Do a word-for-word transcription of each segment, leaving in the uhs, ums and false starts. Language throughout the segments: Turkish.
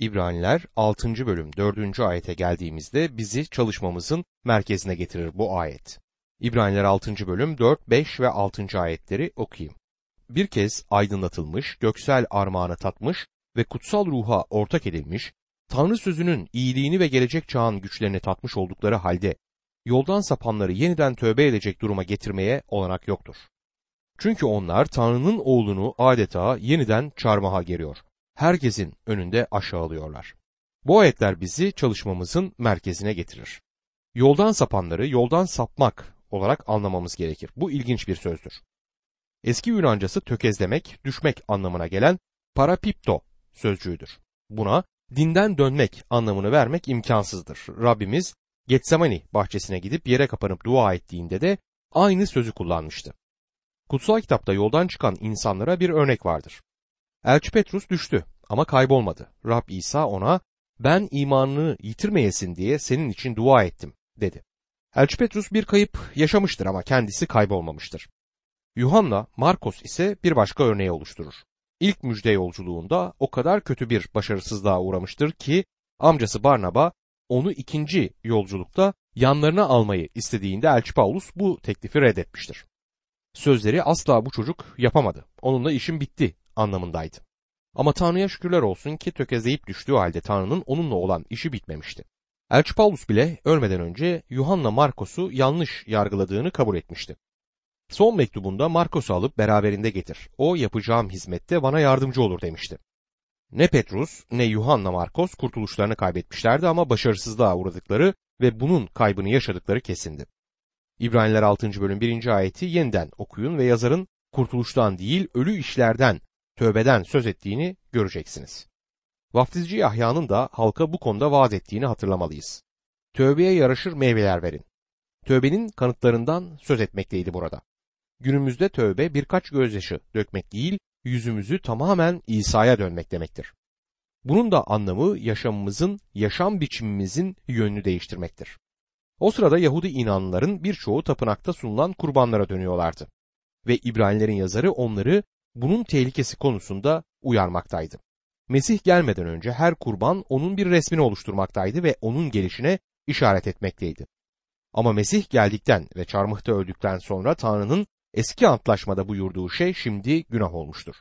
İbraniler altıncı bölüm dördüncü ayete geldiğimizde bizi çalışmamızın merkezine getirir bu ayet. İbraniler altıncı bölüm dört, beş ve altıncı ayetleri okuyayım. Bir kez aydınlatılmış, göksel armağanı tatmış ve kutsal ruha ortak edilmiş, Tanrı sözünün iyiliğini ve gelecek çağın güçlerini tatmış oldukları halde, yoldan sapanları yeniden tövbe edecek duruma getirmeye olanak yoktur. Çünkü onlar Tanrı'nın oğlunu adeta yeniden çarmıha geriyor. Herkesin önünde aşağılıyorlar. Bu ayetler bizi çalışmamızın merkezine getirir. Yoldan sapanları yoldan sapmak olarak anlamamız gerekir. Bu ilginç bir sözdür. Eski Yunancası tökezlemek, düşmek anlamına gelen parapipto sözcüğüdür. Buna dinden dönmek anlamını vermek imkansızdır. Rabbimiz Getsemani bahçesine gidip yere kapanıp dua ettiğinde de aynı sözü kullanmıştı. Kutsal kitapta yoldan çıkan insanlara bir örnek vardır. Elçi Petrus düştü ama kaybolmadı. Rab İsa ona ben imanını yitirmeyesin diye senin için dua ettim dedi. Elçi Petrus bir kayıp yaşamıştır ama kendisi kaybolmamıştır. Yuhanna Markos ise bir başka örneği oluşturur. İlk müjde yolculuğunda o kadar kötü bir başarısızlığa uğramıştır ki amcası Barnaba onu ikinci yolculukta yanlarına almayı istediğinde Elçi Paulus bu teklifi reddetmiştir. Sözleri asla bu çocuk yapamadı, onunla işim bitti anlamındaydı. Ama Tanrı'ya şükürler olsun ki tökezleyip düştüğü halde Tanrı'nın onunla olan işi bitmemişti. Elçi Paulus bile ölmeden önce Yuhanna Markos'u yanlış yargıladığını kabul etmişti. Son mektubunda Markos'u alıp beraberinde getir. O yapacağım hizmette bana yardımcı olur demişti. Ne Petrus ne Yuhanna Markos kurtuluşlarını kaybetmişlerdi ama başarısızlığa uğradıkları ve bunun kaybını yaşadıkları kesindi. İbraniler altıncı bölüm birinci ayeti yeniden okuyun ve yazarın kurtuluştan değil ölü işlerden, tövbeden söz ettiğini göreceksiniz. Vaftizci Yahya'nın da halka bu konuda vaaz ettiğini hatırlamalıyız. Tövbeye yaraşır meyveler verin. Tövbenin kanıtlarından söz etmekteydi burada. Günümüzde tövbe birkaç gözyaşı dökmek değil, yüzümüzü tamamen İsa'ya dönmek demektir. Bunun da anlamı yaşamımızın, yaşam biçimimizin yönünü değiştirmektir. O sırada Yahudi inanlıların birçoğu tapınakta sunulan kurbanlara dönüyorlardı. Ve İbranilerin yazarı onları bunun tehlikesi konusunda uyarmaktaydı. Mesih gelmeden önce her kurban onun bir resmini oluşturmaktaydı ve onun gelişine işaret etmekteydi. Ama Mesih geldikten ve çarmıhta öldükten sonra Tanrı'nın eski antlaşmada buyurduğu şey şimdi günah olmuştur.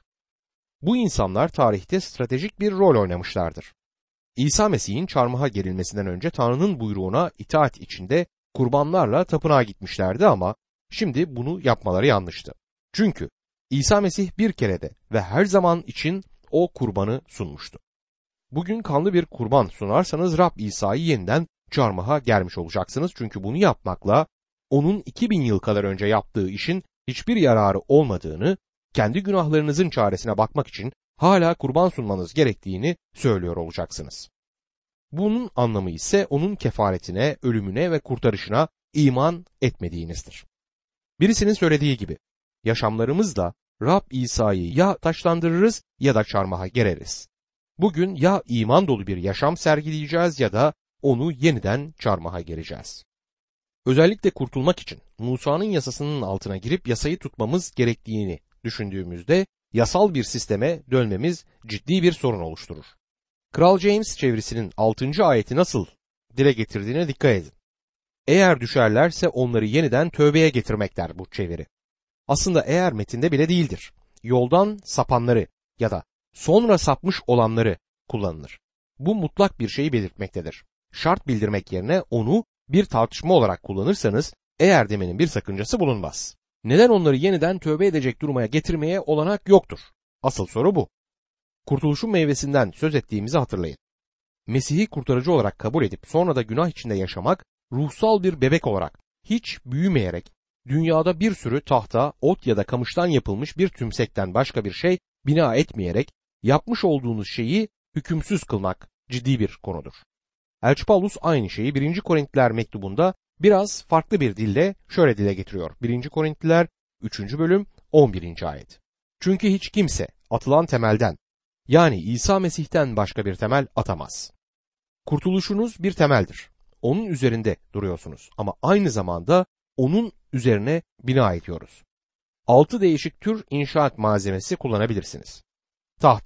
Bu insanlar tarihte stratejik bir rol oynamışlardır. İsa Mesih'in çarmıha gerilmesinden önce Tanrı'nın buyruğuna itaat içinde kurbanlarla tapınağa gitmişlerdi ama şimdi bunu yapmaları yanlıştı. Çünkü İsa Mesih bir kerede ve her zaman için o kurbanı sunmuştu. Bugün kanlı bir kurban sunarsanız Rab İsa'yı yeniden çarmıha germiş olacaksınız. Çünkü bunu yapmakla onun iki bin yıl kadar önce yaptığı işin hiçbir yararı olmadığını, kendi günahlarınızın çaresine bakmak için hala kurban sunmanız gerektiğini söylüyor olacaksınız. Bunun anlamı ise onun kefaretine, ölümüne ve kurtarışına iman etmediğinizdir. Birisinin söylediği gibi, yaşamlarımızda Rab İsa'yı ya taşlandırırız ya da çarmıha gereriz. Bugün ya iman dolu bir yaşam sergileyeceğiz ya da onu yeniden çarmıha gereceğiz. Özellikle kurtulmak için Musa'nın yasasının altına girip yasayı tutmamız gerektiğini düşündüğümüzde yasal bir sisteme dönmemiz ciddi bir sorun oluşturur. Kral James çevirisinin altıncı ayeti nasıl dile getirdiğine dikkat edin. Eğer düşerlerse onları yeniden tövbeye getirmekler bu çeviri. Aslında eğer metinde bile değildir. Yoldan sapanları ya da sonra sapmış olanları kullanılır. Bu mutlak bir şeyi belirtmektedir. Şart bildirmek yerine onu bir tartışma olarak kullanırsanız eğer demenin bir sakıncası bulunmaz. Neden onları yeniden tövbe edecek duruma getirmeye olanak yoktur? Asıl soru bu. Kurtuluşun meyvesinden söz ettiğimizi hatırlayın. Mesih'i kurtarıcı olarak kabul edip sonra da günah içinde yaşamak, ruhsal bir bebek olarak hiç büyümeyerek, dünyada bir sürü tahta, ot ya da kamıştan yapılmış bir tümsekten başka bir şey bina etmeyerek yapmış olduğunuz şeyi hükümsüz kılmak ciddi bir konudur. Elçi Paulus aynı şeyi birinci Korintliler mektubunda biraz farklı bir dille şöyle dile getiriyor. birinci Korintliler üçüncü bölüm on birinci ayet. Çünkü hiç kimse atılan temelden, yani İsa Mesih'ten başka bir temel atamaz. Kurtuluşunuz bir temeldir. Onun üzerinde duruyorsunuz ama aynı zamanda onun üzerine bina ediyoruz. Altı değişik tür inşaat malzemesi kullanabilirsiniz. Tahta,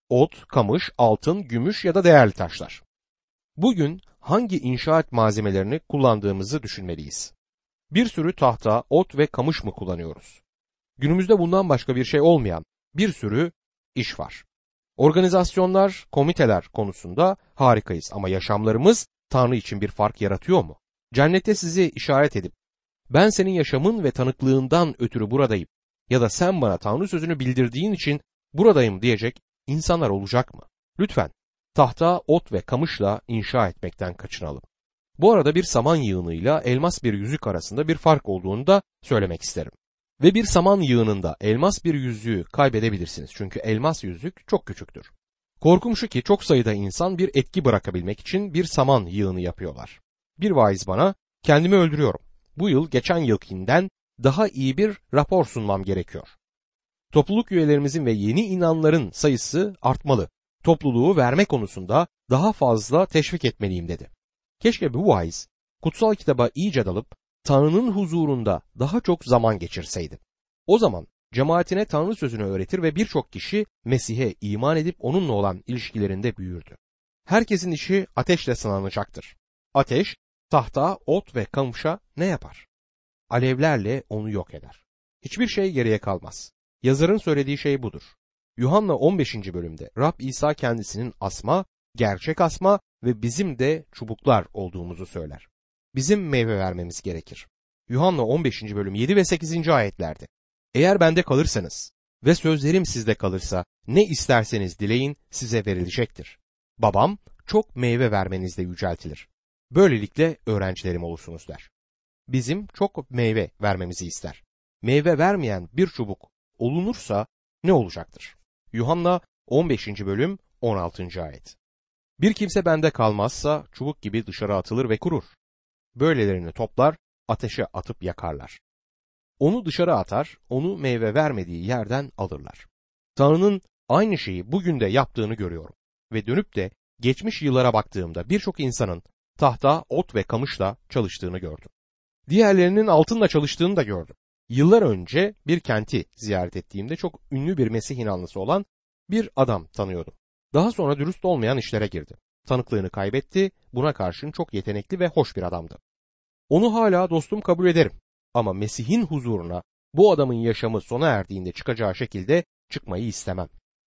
Ot, kamış, altın, gümüş ya da değerli taşlar. Bugün hangi inşaat malzemelerini kullandığımızı düşünmeliyiz. Bir sürü tahta, ot ve kamış mı kullanıyoruz? Günümüzde bundan başka bir şey olmayan bir sürü iş var. Organizasyonlar, komiteler konusunda harikayız ama yaşamlarımız Tanrı için bir fark yaratıyor mu? Cennette sizi işaret edip ben senin yaşamın ve tanıklığından ötürü buradayım ya da sen bana Tanrı sözünü bildirdiğin için buradayım diyecek insanlar olacak mı? Lütfen tahta, ot ve kamışla inşa etmekten kaçınalım. Bu arada bir saman yığınıyla elmas bir yüzük arasında bir fark olduğunu da söylemek isterim. Ve bir saman yığınında elmas bir yüzüğü kaybedebilirsiniz çünkü elmas yüzük çok küçüktür. Korkum şu ki çok sayıda insan bir etki bırakabilmek için bir saman yığını yapıyorlar. Bir vaiz bana kendimi öldürüyorum. Bu yıl geçen yılkinden daha iyi bir rapor sunmam gerekiyor. Topluluk üyelerimizin ve yeni inanların sayısı artmalı. Topluluğu verme konusunda daha fazla teşvik etmeliyim dedi. Keşke bu vaiz kutsal kitaba iyice dalıp Tanrı'nın huzurunda daha çok zaman geçirseydi. O zaman cemaatine Tanrı sözünü öğretir ve birçok kişi Mesih'e iman edip onunla olan ilişkilerinde büyürdü. Herkesin işi ateşle sınanacaktır. Ateş, tahta, ot ve kamışa ne yapar? Alevlerle onu yok eder. Hiçbir şey geriye kalmaz. Yazarın söylediği şey budur. Yuhanna on beşinci bölümde Rab İsa kendisinin asma, gerçek asma ve bizim de çubuklar olduğumuzu söyler. Bizim meyve vermemiz gerekir. Yuhanna on beşinci bölüm yedi ve sekizinci ayetlerde. Eğer bende kalırsanız ve sözlerim sizde kalırsa ne isterseniz dileyin size verilecektir. Babam çok meyve vermenizde yüceltilir. Böylelikle öğrencilerim olursunuz der. Bizim çok meyve vermemizi ister. Meyve vermeyen bir çubuk olunursa ne olacaktır? Yuhanna on beşinci bölüm on altıncı ayet. Bir kimse bende kalmazsa çubuk gibi dışarı atılır ve kurur. Böylelerini toplar, ateşe atıp yakarlar. Onu dışarı atar, onu meyve vermediği yerden alırlar. Tanrı'nın aynı şeyi bugün de yaptığını görüyorum ve dönüp de geçmiş yıllara baktığımda birçok insanın tahta, ot ve kamışla çalıştığını gördüm. Diğerlerinin altınla çalıştığını da gördüm. Yıllar önce bir kenti ziyaret ettiğimde çok ünlü bir Mesih inanlısı olan bir adam tanıyordum. Daha sonra dürüst olmayan işlere girdi. Tanıklığını kaybetti, buna karşın çok yetenekli ve hoş bir adamdı. Onu hala dostum kabul ederim ama Mesih'in huzuruna bu adamın yaşamı sona erdiğinde çıkacağı şekilde çıkmayı istemem.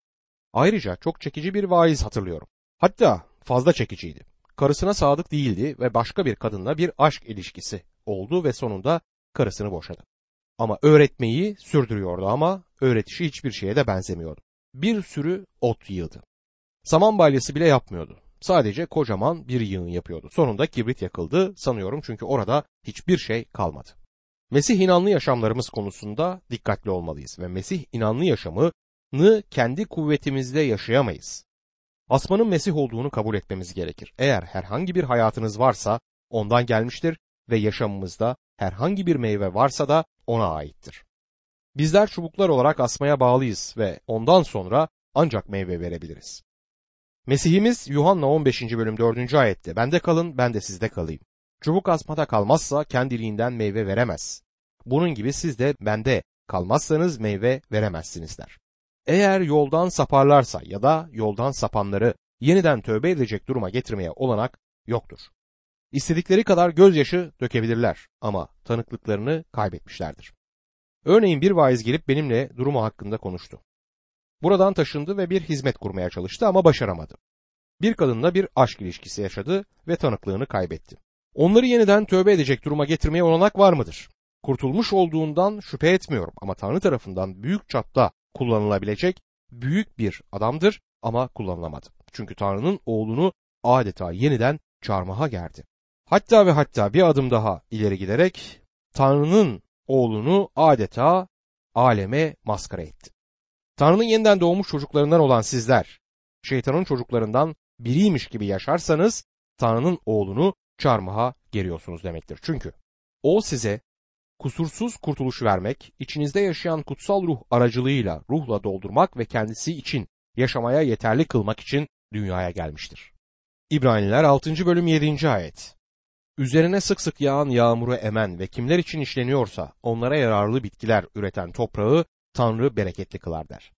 Ayrıca çok çekici bir vaiz hatırlıyorum. Hatta fazla çekiciydi. Karısına sadık değildi ve başka bir kadınla bir aşk ilişkisi oldu ve sonunda karısını boşadı. Ama öğretmeyi sürdürüyordu ama öğretişi hiçbir şeye de benzemiyordu. Bir sürü ot yığdı. Saman balyası bile yapmıyordu. Sadece kocaman bir yığın yapıyordu. Sonunda kibrit yakıldı sanıyorum çünkü orada hiçbir şey kalmadı. Mesih inanlı yaşamlarımız konusunda dikkatli olmalıyız ve Mesih inanlı yaşamını kendi kuvvetimizle yaşayamayız. Asmanın Mesih olduğunu kabul etmemiz gerekir. Eğer herhangi bir hayatınız varsa ondan gelmiştir ve yaşamımızda herhangi bir meyve varsa da ona aittir. Bizler çubuklar olarak asmaya bağlıyız ve ondan sonra ancak meyve verebiliriz. Mesihimiz Yuhanna on beşinci bölüm dördüncü ayette bende kalın ben de sizde kalayım. Çubuk asmada kalmazsa kendiliğinden meyve veremez. Bunun gibi siz de bende kalmazsanız meyve veremezsiniz der. Eğer yoldan saparlarsa ya da yoldan sapanları yeniden tövbe edecek duruma getirmeye olanak yoktur. İstedikleri kadar gözyaşı dökebilirler ama tanıklıklarını kaybetmişlerdir. Örneğin bir vaiz gelip benimle durumu hakkında konuştu. Buradan taşındı ve bir hizmet kurmaya çalıştı ama başaramadı. Bir kadınla bir aşk ilişkisi yaşadı ve tanıklığını kaybetti. Onları yeniden tövbe edecek duruma getirmeye olanak var mıdır? Kurtulmuş olduğundan şüphe etmiyorum ama Tanrı tarafından büyük çapta kullanılabilecek büyük bir adamdır ama kullanılamadı. Çünkü Tanrı'nın oğlunu adeta yeniden çarmıha gerdi. Hatta ve hatta bir adım daha ileri giderek Tanrı'nın oğlunu adeta aleme maskara etti. Tanrı'nın yeniden doğmuş çocuklarından olan sizler, şeytanın çocuklarından biriymiş gibi yaşarsanız Tanrı'nın oğlunu çarmıha geriyorsunuz demektir. Çünkü o size kusursuz kurtuluş vermek, içinizde yaşayan kutsal ruh aracılığıyla ruhla doldurmak ve kendisi için yaşamaya yeterli kılmak için dünyaya gelmiştir. İbraniler altıncı bölüm yedinci ayet. Üzerine sık sık yağan yağmuru emen ve kimler için işleniyorsa onlara yararlı bitkiler üreten toprağı Tanrı bereketli kılar der.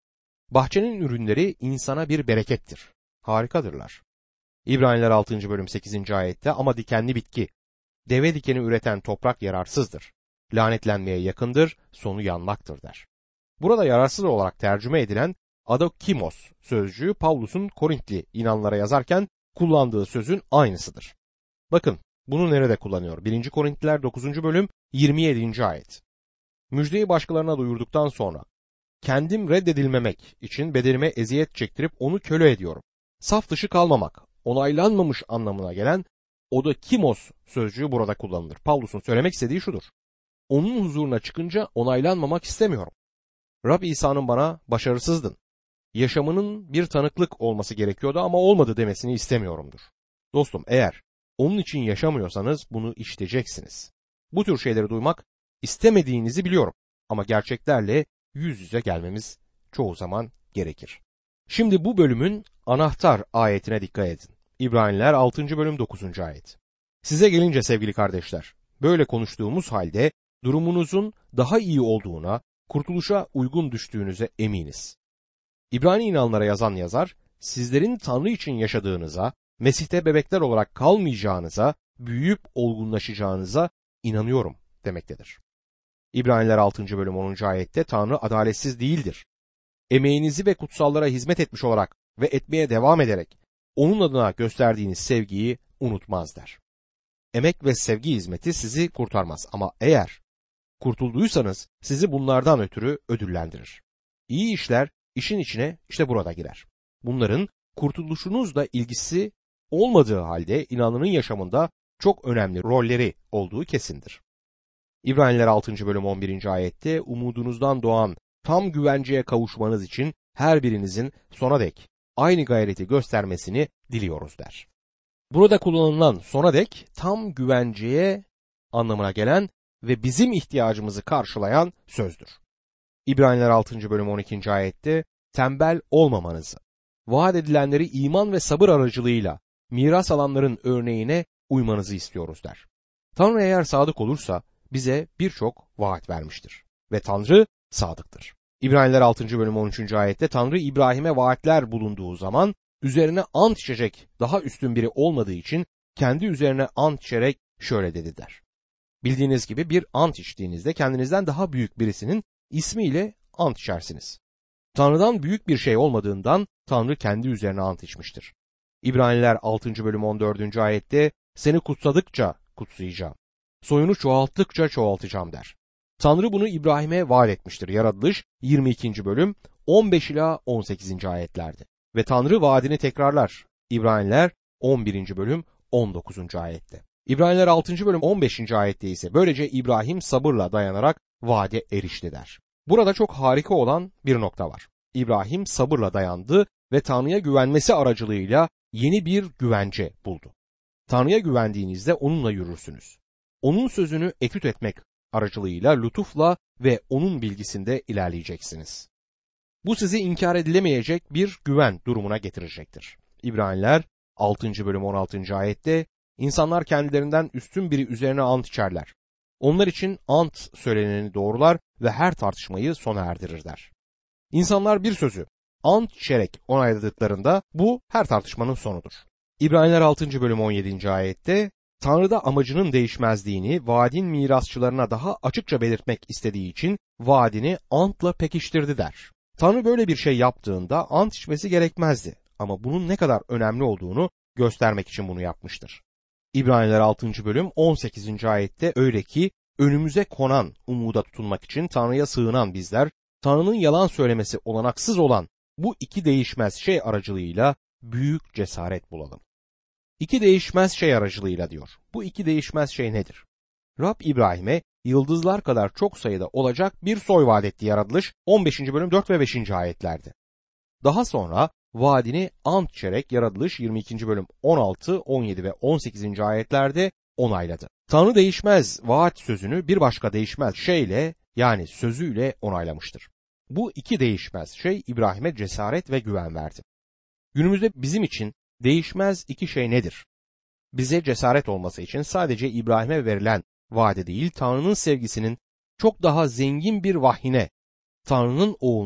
Bahçenin ürünleri insana bir berekettir. Harikadırlar. İbraniler altıncı bölüm sekizinci ayette ama dikenli bitki, deve dikeni üreten toprak yararsızdır. Lanetlenmeye yakındır, sonu yanmaktır der. Burada yararsız olarak tercüme edilen adokimos sözcüğü Pavlus'un Korintli inanlara yazarken kullandığı sözün aynısıdır. Bakın bunu nerede kullanıyor? birinci Korintliler dokuzuncu bölüm yirmi yedinci ayet. Müjdeyi başkalarına duyurduktan sonra kendim reddedilmemek için bedenime eziyet çektirip onu köle ediyorum. Saf dışı kalmamak, onaylanmamış anlamına gelen odokimos sözcüğü burada kullanılır. Pavlus'un söylemek istediği şudur. Onun huzuruna çıkınca onaylanmamak istemiyorum. Rab İsa'nın bana başarısızdın. Yaşamının bir tanıklık olması gerekiyordu ama olmadı demesini istemiyorumdur. Dostum, eğer onun için yaşamıyorsanız bunu işleyeceksiniz. Bu tür şeyleri duymak istemediğinizi biliyorum ama gerçeklerle yüz yüze gelmemiz çoğu zaman gerekir. Şimdi bu bölümün anahtar ayetine dikkat edin. İbraniler altıncı bölüm dokuzuncu ayet. Size gelince sevgili kardeşler, böyle konuştuğumuz halde durumunuzun daha iyi olduğuna, kurtuluşa uygun düştüğünüze eminiz. İbrani inanlara yazan yazar, sizlerin Tanrı için yaşadığınıza, Mesih'te bebekler olarak kalmayacağınıza, büyüyüp olgunlaşacağınıza inanıyorum demektedir. İbraniler altıncı bölüm onuncu ayette Tanrı adaletsiz değildir. Emeğinizi ve kutsallara hizmet etmiş olarak ve etmeye devam ederek onun adına gösterdiğiniz sevgiyi unutmaz der. Emek ve sevgi hizmeti sizi kurtarmaz ama eğer kurtulduysanız sizi bunlardan ötürü ödüllendirir. İyi işler işin içine işte burada girer. Bunların kurtuluşunuzla ilgisi olmadığı halde inananın yaşamında çok önemli rolleri olduğu kesindir. İbraniler altıncı bölüm on birinci ayette umudunuzdan doğan tam güvenceye kavuşmanız için her birinizin sona dek aynı gayreti göstermesini diliyoruz der. Burada kullanılan sona dek tam güvenceye anlamına gelen ve bizim ihtiyacımızı karşılayan sözdür. İbraniler altıncı bölüm on ikinci ayette tembel olmamanızı, vaat edilenleri iman ve sabır aracılığıyla miras alanların örneğine uymanızı istiyoruz der. Tanrı eğer sadık olursa bize birçok vaat vermiştir ve Tanrı sadıktır. İbraniler altıncı bölüm on üçüncü ayette Tanrı İbrahim'e vaatler bulunduğu zaman üzerine ant içecek daha üstün biri olmadığı için kendi üzerine ant içerek şöyle dedi der. Bildiğiniz gibi bir ant içtiğinizde kendinizden daha büyük birisinin ismiyle ant içersiniz. Tanrı'dan büyük bir şey olmadığından Tanrı kendi üzerine ant içmiştir. İbraniler altıncı bölüm on dördüncü ayette seni kutsadıkça kutsayacağım, soyunu çoğalttıkça çoğaltacağım der. Tanrı bunu İbrahim'e vaat etmiştir. Yaratılış yirmi ikinci bölüm on beş ila on sekizinci ayetlerde. Ve Tanrı vaadini tekrarlar. İbraniler on birinci bölüm on dokuzuncu ayette. İbraniler altıncı bölüm on beşinci ayette ise böylece İbrahim sabırla dayanarak vaade erişti der. Burada çok harika olan bir nokta var. İbrahim sabırla dayandı ve Tanrı'ya güvenmesi aracılığıyla yeni bir güvence buldu. Tanrı'ya güvendiğinizde onunla yürürsünüz. Onun sözünü etüt etmek aracılığıyla lütufla ve onun bilgisinde ilerleyeceksiniz. Bu sizi inkar edilemeyecek bir güven durumuna getirecektir. İbraniler altıncı bölüm on altıncı ayette insanlar kendilerinden üstün biri üzerine ant içerler. Onlar için ant söyleneni doğrular ve her tartışmayı sona erdirirler. İnsanlar bir sözü ant içerek onayladıklarında bu her tartışmanın sonudur. İbraniler altıncı bölüm on yedinci ayette Tanrı'da amacının değişmezliğini vaadin mirasçılarına daha açıkça belirtmek istediği için vaadini antla pekiştirdi der. Tanrı böyle bir şey yaptığında ant içmesi gerekmezdi ama bunun ne kadar önemli olduğunu göstermek için bunu yapmıştır. İbraniler altıncı bölüm on sekizinci ayette öyle ki önümüze konan umuda tutunmak için Tanrı'ya sığınan bizler Tanrı'nın yalan söylemesi olanaksız olan bu iki değişmez şey aracılığıyla büyük cesaret bulalım. İki değişmez şey aracılığıyla diyor. Bu iki değişmez şey nedir? Rab İbrahim'e yıldızlar kadar çok sayıda olacak bir soy vaat etti. Yaratılış on beşinci bölüm dört ve beşinci ayetlerde. Daha sonra vaadini ant içerek Yaratılış yirmi ikinci bölüm on altı, on yedi ve on sekizinci ayetlerde onayladı. Tanrı değişmez vaat sözünü bir başka değişmez şeyle yani sözüyle onaylamıştır. Bu iki değişmez şey İbrahim'e cesaret ve güven verdi. Günümüzde bizim için değişmez iki şey nedir? Bize cesaret olması için sadece İbrahim'e verilen vaade değil, Tanrı'nın sevgisinin çok daha zengin bir vahyine, Tanrı'nın oğlunun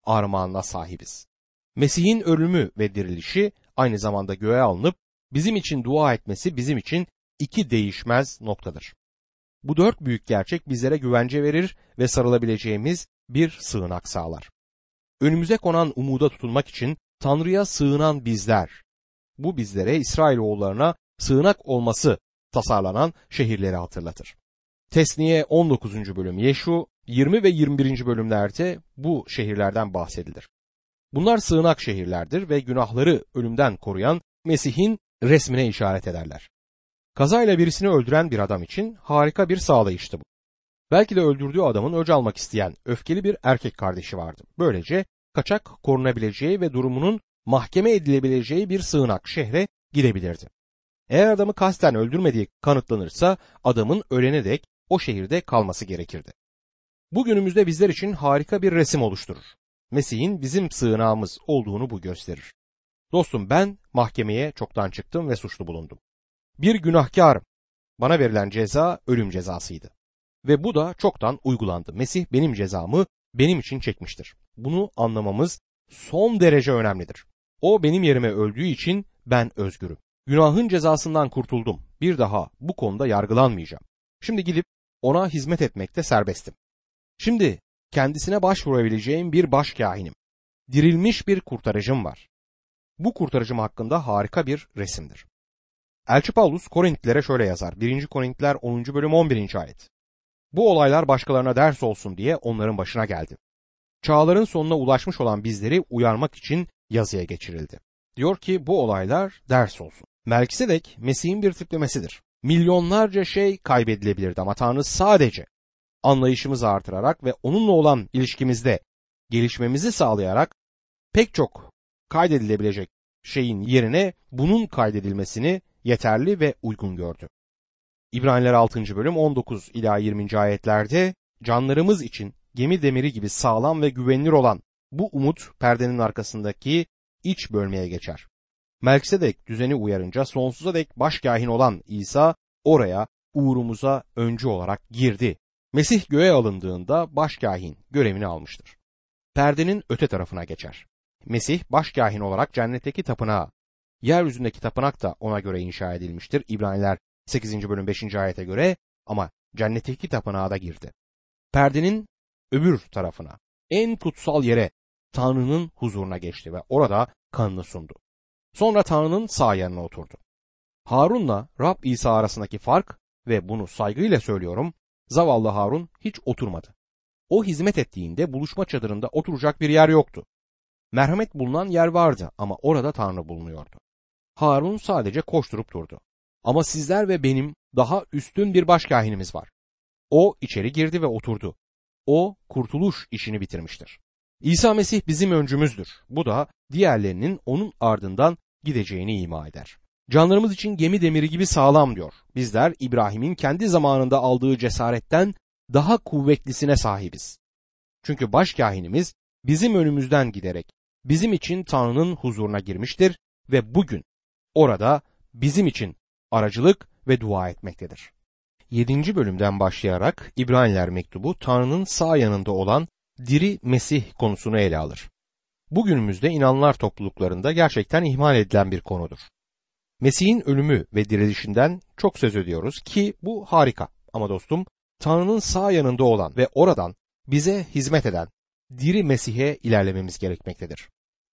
armağanına sahibiz. Mesih'in ölümü ve dirilişi aynı zamanda göğe alınıp bizim için dua etmesi bizim için iki değişmez noktadır. Bu dört büyük gerçek bizlere güvence verir ve sarılabileceğimiz bir sığınak sağlar. Önümüze konan umuda tutunmak için Tanrı'ya sığınan bizler, bu bizlere İsrailoğullarına sığınak olması tasarlanan şehirleri hatırlatır. Tesniye on dokuzuncu bölüm Yeşu yirmi ve yirmi birinci bölümlerde bu şehirlerden bahsedilir. Bunlar sığınak şehirlerdir ve günahları ölümden koruyan Mesih'in resmine işaret ederler. Kazayla birisini öldüren bir adam için harika bir sağlayıştı bu. Belki de öldürdüğü adamın öc almak isteyen öfkeli bir erkek kardeşi vardı. Böylece kaçak korunabileceği ve durumunun mahkeme edilebileceği bir sığınak şehre gidebilirdi. Eğer adamı kasten öldürmediği kanıtlanırsa adamın ölene dek o şehirde kalması gerekirdi. Bugünümüzde bizler için harika bir resim oluşturur. Mesih'in bizim sığınağımız olduğunu bu gösterir. Dostum, ben mahkemeye çoktan çıktım ve suçlu bulundum. Bir günahkarım. Bana verilen ceza ölüm cezasıydı. Ve bu da çoktan uygulandı. Mesih benim cezamı benim için çekmiştir. Bunu anlamamız son derece önemlidir. O benim yerime öldüğü için ben özgürüm. Günahın cezasından kurtuldum. Bir daha bu konuda yargılanmayacağım. Şimdi gidip ona hizmet etmekte serbestim. Şimdi kendisine başvurabileceğim bir başkâhinim. Dirilmiş bir kurtarıcım var. Bu kurtarıcım hakkında harika bir resimdir. Elçi Paulus Korintlilere şöyle yazar. birinci Korintiler onuncu bölüm on birinci ayet. Bu olaylar başkalarına ders olsun diye onların başına geldi. Çağların sonuna ulaşmış olan bizleri uyarmak için yazıya geçirildi. Diyor ki bu olaylar ders olsun. Melkisedek Mesih'in bir tiplemesidir. Milyonlarca şey kaybedilebilirdi ama Tanrı sadece anlayışımızı artırarak ve onunla olan ilişkimizde gelişmemizi sağlayarak pek çok kaydedilebilecek şeyin yerine bunun kaydedilmesini yeterli ve uygun gördü. İbraniler altıncı bölüm on dokuz ila yirminci ayetlerde canlarımız için gemi demiri gibi sağlam ve güvenilir olan bu umut perdenin arkasındaki iç bölmeye geçer. Melkisedek düzeni uyarınca sonsuza dek başkâhin olan İsa oraya uğrumuza öncü olarak girdi. Mesih göğe alındığında başkâhin görevini almıştır. Perdenin öte tarafına geçer. Mesih başkâhin olarak cennetteki tapınağa, yeryüzündeki tapınak da ona göre inşa edilmiştir. İbraniler sekizinci bölüm beşinci ayete göre ama cennetteki tapınağa da girdi. Perdenin öbür tarafına, en kutsal yere Tanrı'nın huzuruna geçti ve orada kanını sundu. Sonra Tanrı'nın sağ yanına oturdu. Harun'la Rab İsa arasındaki fark ve bunu saygıyla söylüyorum, zavallı Harun hiç oturmadı. O hizmet ettiğinde buluşma çadırında oturacak bir yer yoktu. Merhamet bulunan yer vardı ama orada Tanrı bulunuyordu. Harun sadece koşturup durdu. Ama sizler ve benim daha üstün bir başkâhinimiz var. O içeri girdi ve oturdu. O kurtuluş işini bitirmiştir. İsa Mesih bizim öncümüzdür. Bu da diğerlerinin onun ardından gideceğini ima eder. Canlarımız için gemi demiri gibi sağlam diyor. Bizler İbrahim'in kendi zamanında aldığı cesaretten daha kuvvetlisine sahibiz. Çünkü başkâhinimiz bizim önümüzden giderek bizim için Tanrı'nın huzuruna girmiştir ve bugün orada bizim için aracılık ve dua etmektedir. yedinci bölümden başlayarak İbraniler mektubu Tanrı'nın sağ yanında olan diri Mesih konusunu ele alır. Bugünümüzde inananlar topluluklarında gerçekten ihmal edilen bir konudur. Mesih'in ölümü ve dirilişinden çok söz ediyoruz ki bu harika. Ama dostum, Tanrı'nın sağ yanında olan ve oradan bize hizmet eden diri Mesih'e ilerlememiz gerekmektedir.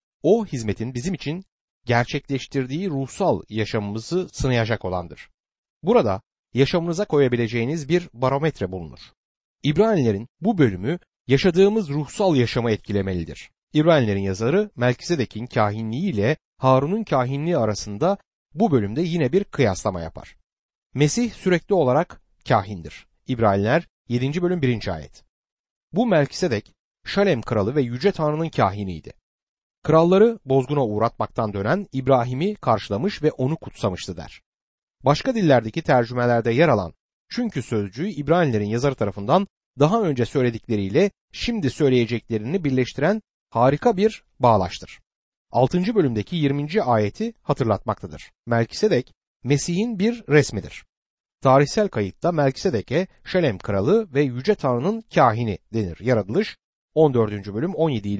O hizmetin bizim için gerçekleştirdiği ruhsal yaşamımızı sınayacak olandır. Burada yaşamınıza koyabileceğiniz bir barometre bulunur. İbranilerin bu bölümü yaşadığımız ruhsal yaşamı etkilemelidir. İbranilerin yazarı Melkisedek'in kâhinliği ile Harun'un kâhinliği arasında bu bölümde yine bir kıyaslama yapar. Mesih sürekli olarak kâhindir. İbraniler yedinci bölüm birinci ayet. Bu Melkisedek, Şalem kralı ve Yüce Tanrı'nın kâhiniydi. Kralları bozguna uğratmaktan dönen İbrahim'i karşılamış ve onu kutsamıştı der. Başka dillerdeki tercümelerde yer alan çünkü sözcüğü İbranilerin yazarı tarafından daha önce söyledikleriyle şimdi söyleyeceklerini birleştiren harika bir bağlaştır. altıncı bölümdeki yirminci ayeti hatırlatmaktadır. Melkisedek, Mesih'in bir resmidir. Tarihsel kayıtta Melkisedek'e Şalem kralı ve Yüce Tanrı'nın kâhini denir. Yaratılış on dördüncü bölüm on yedi ila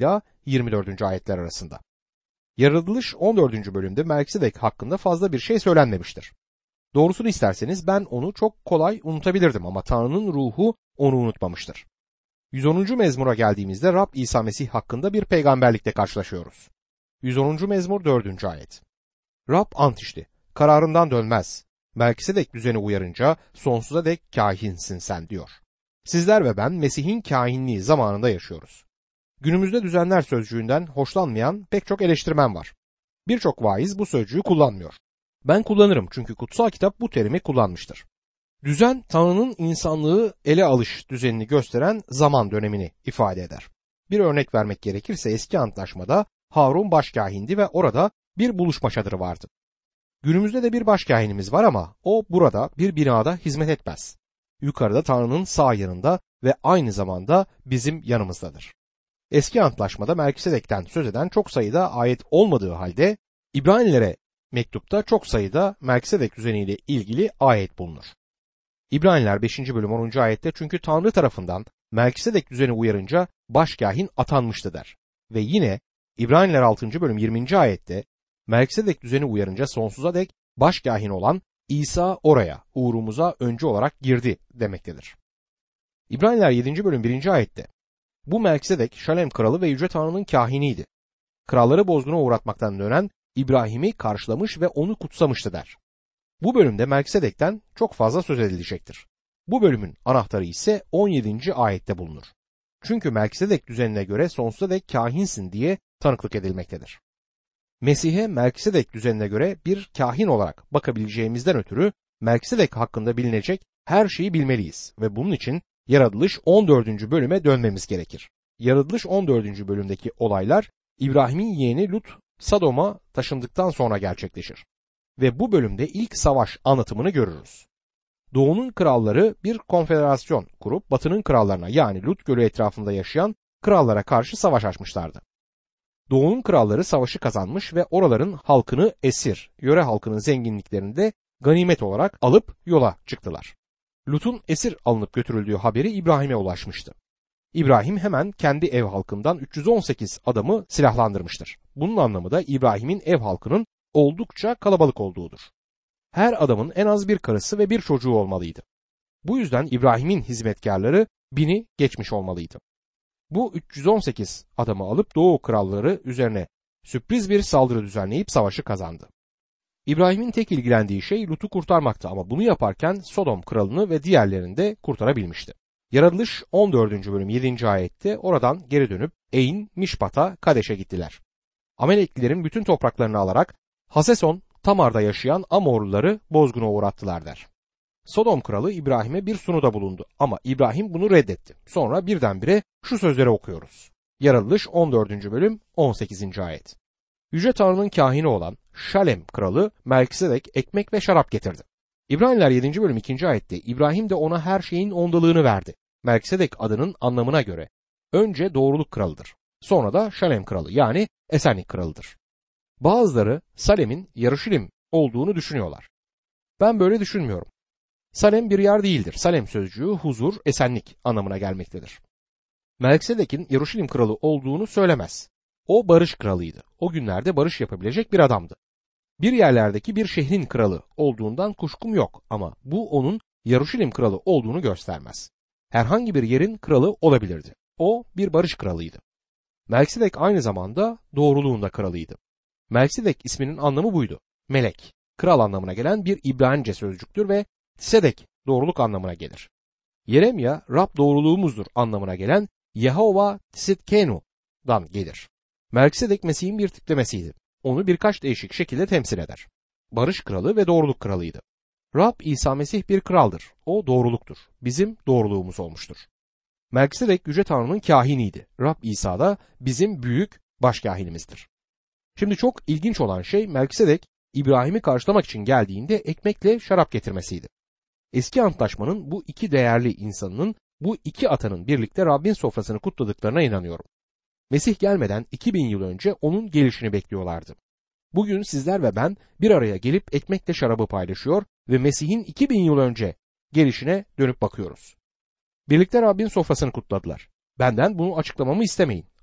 yirmi dördüncü ayetler arasında. Yaratılış on dördüncü bölümde Melkisedek hakkında fazla bir şey söylenmemiştir. Doğrusunu isterseniz ben onu çok kolay unutabilirdim ama Tanrı'nın ruhu onu unutmamıştır. yüz onuncu mezmura geldiğimizde Rab İsa Mesih hakkında bir peygamberlikle karşılaşıyoruz. yüz onuncu mezmur dördüncü ayet. Rab ant içti, kararından dönmez. Melkisedek düzeni uyarınca sonsuza dek kâhinsin sen diyor. Sizler ve ben Mesih'in kâhinliği zamanında yaşıyoruz. Günümüzde düzenler sözcüğünden hoşlanmayan pek çok eleştirmen var. Birçok vaiz bu sözcüğü kullanmıyor. Ben kullanırım çünkü kutsal kitap bu terimi kullanmıştır. Düzen, Tanrı'nın insanlığı ele alış düzenini gösteren zaman dönemini ifade eder. Bir örnek vermek gerekirse eski antlaşmada Harun başkâhindi ve orada bir buluşma çadırı vardı. Günümüzde de bir başkâhinimiz var ama o burada bir binada hizmet etmez. Yukarıda Tanrı'nın sağ yanında ve aynı zamanda bizim yanımızdadır. Eski antlaşmada Melkisedek'ten söz eden çok sayıda ayet olmadığı halde İbranilere mektupta çok sayıda Melkisedek düzeniyle ilgili ayet bulunur. İbraniler beşinci bölüm onuncu ayette çünkü Tanrı tarafından Melkisedek düzeni uyarınca başkâhin atanmıştı der. Ve yine İbraniler altıncı bölüm yirminci ayette Melkisedek düzeni uyarınca sonsuza dek başkâhin olan İsa oraya uğrumuza öncü olarak girdi demektedir. İbraniler yedinci bölüm birinci ayette bu Melkisedek Şalem kralı ve Yüce Tanrı'nın kâhiniydi. Kralları bozguna uğratmaktan dönen İbrahim'i karşılamış ve onu kutsamıştı der. Bu bölümde Melkisedek'ten çok fazla söz edilecektir. Bu bölümün anahtarı ise on yedinci ayette bulunur. Çünkü Melkisedek düzenine göre sonsuza dek kâhinsin diye tanıklık edilmektedir. Mesih'e Melkisedek düzenine göre bir kâhin olarak bakabileceğimizden ötürü Melkisedek hakkında bilinecek her şeyi bilmeliyiz ve bunun için Yaratılış on dördüncü bölüme dönmemiz gerekir. Yaratılış on dördüncü bölümdeki olaylar İbrahim'in yeğeni Lut Sodom'a taşındıktan sonra gerçekleşir. Ve bu bölümde ilk savaş anlatımını görürüz. Doğu'nun kralları bir konfederasyon kurup Batı'nın krallarına yani Lut Gölü etrafında yaşayan krallara karşı savaş açmışlardı. Doğu'nun kralları savaşı kazanmış ve oraların halkını esir, yöre halkının zenginliklerini de ganimet olarak alıp yola çıktılar. Lut'un esir alınıp götürüldüğü haberi İbrahim'e ulaşmıştı. İbrahim hemen kendi ev halkından üç yüz on sekiz adamı silahlandırmıştır. Bunun anlamı da İbrahim'in ev halkının oldukça kalabalık olduğudur. Her adamın en az bir karısı ve bir çocuğu olmalıydı. Bu yüzden İbrahim'in hizmetkarları bini geçmiş olmalıydı. Bu üç yüz on sekiz adamı alıp Doğu kralları üzerine sürpriz bir saldırı düzenleyip savaşı kazandı. İbrahim'in tek ilgilendiği şey Lut'u kurtarmaktı ama bunu yaparken Sodom kralını ve diğerlerini de kurtarabilmişti. Yaratılış on dördüncü bölüm yedinci ayette oradan geri dönüp Eyn, Mişpat'a, Kadeş'e gittiler. Amaleklilerin bütün topraklarını alarak Haseson, Tamar'da yaşayan Amorluları bozguna uğrattılar der. Sodom kralı İbrahim'e bir sunuda bulundu ama İbrahim bunu reddetti. Sonra birdenbire şu sözleri okuyoruz. Yaratılış on dördüncü bölüm on sekizinci ayet. Yüce Tanrı'nın kahini olan Şalem kralı Melkisedek ekmek ve şarap getirdi. İbraniler yedinci bölüm ikinci ayette İbrahim de ona her şeyin ondalığını verdi. Melkisedek adının anlamına göre önce doğruluk kralıdır. Sonra da Şalem kralı yani esenlik kralıdır. Bazıları Salem'in Yarışilim olduğunu düşünüyorlar. Ben böyle düşünmüyorum. Salem bir yer değildir. Salem sözcüğü huzur, esenlik anlamına gelmektedir. Melkisedek'in Yarışilim kralı olduğunu söylemez. O barış kralıydı. O günlerde barış yapabilecek bir adamdı. Bir yerlerdeki bir şehrin kralı olduğundan kuşkum yok ama bu onun Yarışilim kralı olduğunu göstermez. Herhangi bir yerin kralı olabilirdi. O bir barış kralıydı. Melkisedek aynı zamanda doğruluğun da kralıydı. Melkisedek isminin anlamı buydu. Melek, kral anlamına gelen bir İbranice sözcüktür ve Sedek doğruluk anlamına gelir. Yeremya Rab doğruluğumuzdur anlamına gelen Yehova Tsitkenu''dan gelir. Melkisedek Mesih'in bir tiplemesiydi. Onu birkaç değişik şekilde temsil eder. Barış kralı ve doğruluk kralıydı. Rab İsa Mesih bir kraldır. O doğruluktur. Bizim doğruluğumuz olmuştur. Melkisedek Yüce Tanrı'nın kahiniydi. Rab İsa da bizim büyük başkahinimizdir. Şimdi çok ilginç olan şey Melkisedek İbrahim'i karşılamak için geldiğinde ekmekle şarap getirmesiydi. Eski antlaşmanın bu iki değerli insanının, bu iki atanın birlikte Rabbin sofrasını kutladıklarına inanıyorum. Mesih gelmeden iki bin yıl önce onun gelişini bekliyorlardı. Bugün sizler ve ben bir araya gelip ekmekle şarabı paylaşıyor ve Mesih'in iki bin yıl önce gelişine dönüp bakıyoruz. Birlikte Rabbin sofrasını kutladılar. Benden bunu açıklamamı istemeyin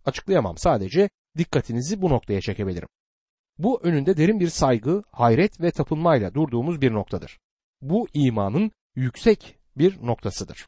açıklayamam. Sadece dikkatinizi bu noktaya çekebilirim. Bu önünde derin bir saygı, hayret ve tapınmayla durduğumuz bir noktadır. Bu imanın yüksek bir noktasıdır.